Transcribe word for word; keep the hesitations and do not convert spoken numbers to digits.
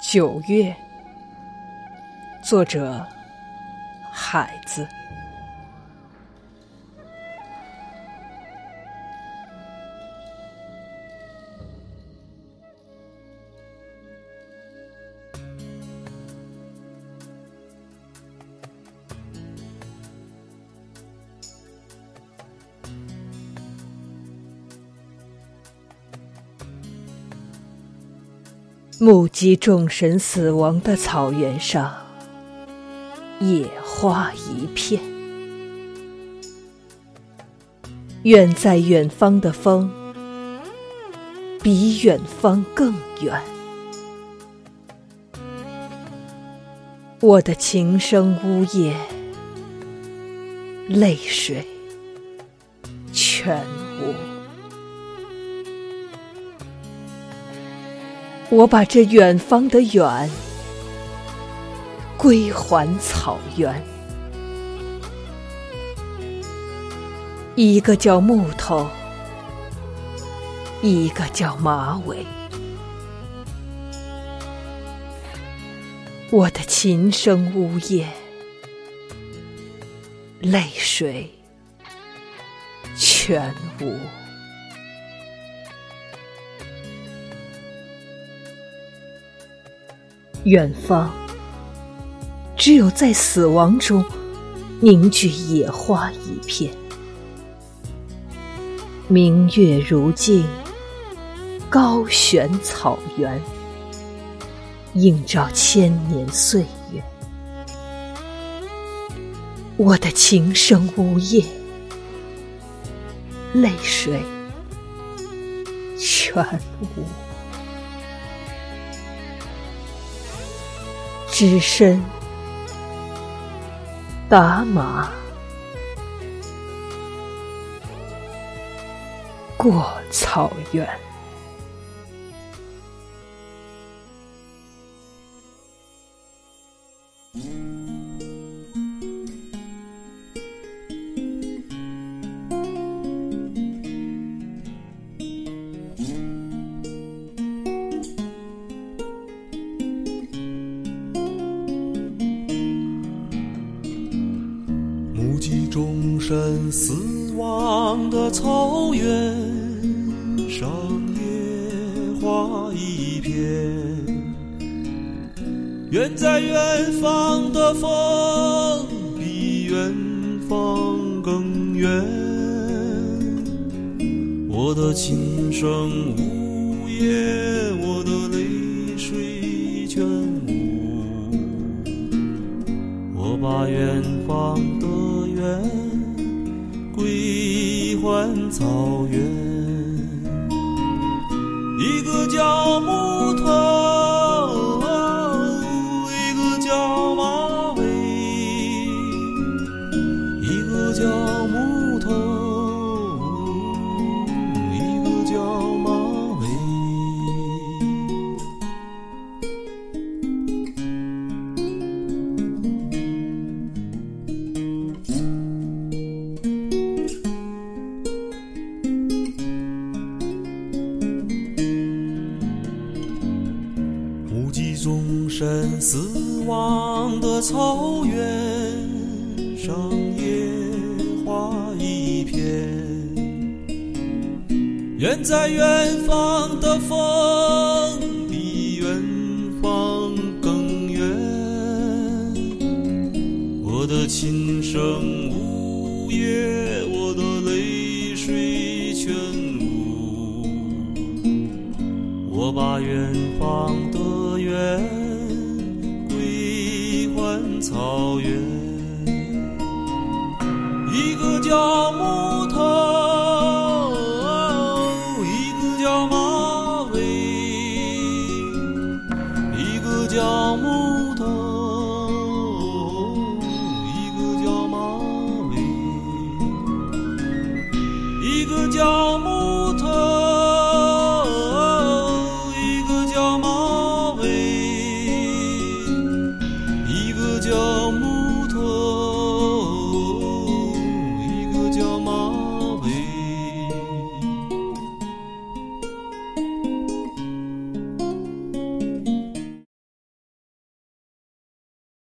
九月，作者海子。目击众神死亡的草原上，野花一片。远在远方的风，比远方更远。我的琴声呜咽，泪水全无。我把这远方的远归还草原。一个叫木头，一个叫马尾。我的琴声呜咽，泪水全无。远方，只有在死亡中凝聚野花一片。明月如镜，高悬草原，映照千年岁月。我的琴声呜咽，泪水全无。只身打马过草原。 目击众神死亡的草原上，野花一片。远在远方的风，比远方更远。我的琴声呜咽，我的泪水全无。我把远方的远归还草原。一个叫木头，一个叫马尾。一个叫木头，一个叫马尾。目击众神死亡的草原上，野花一片。远在远方的风，比远方更远。我的琴声呜咽，我的泪水全无。我把远方的远归还草原。一个叫木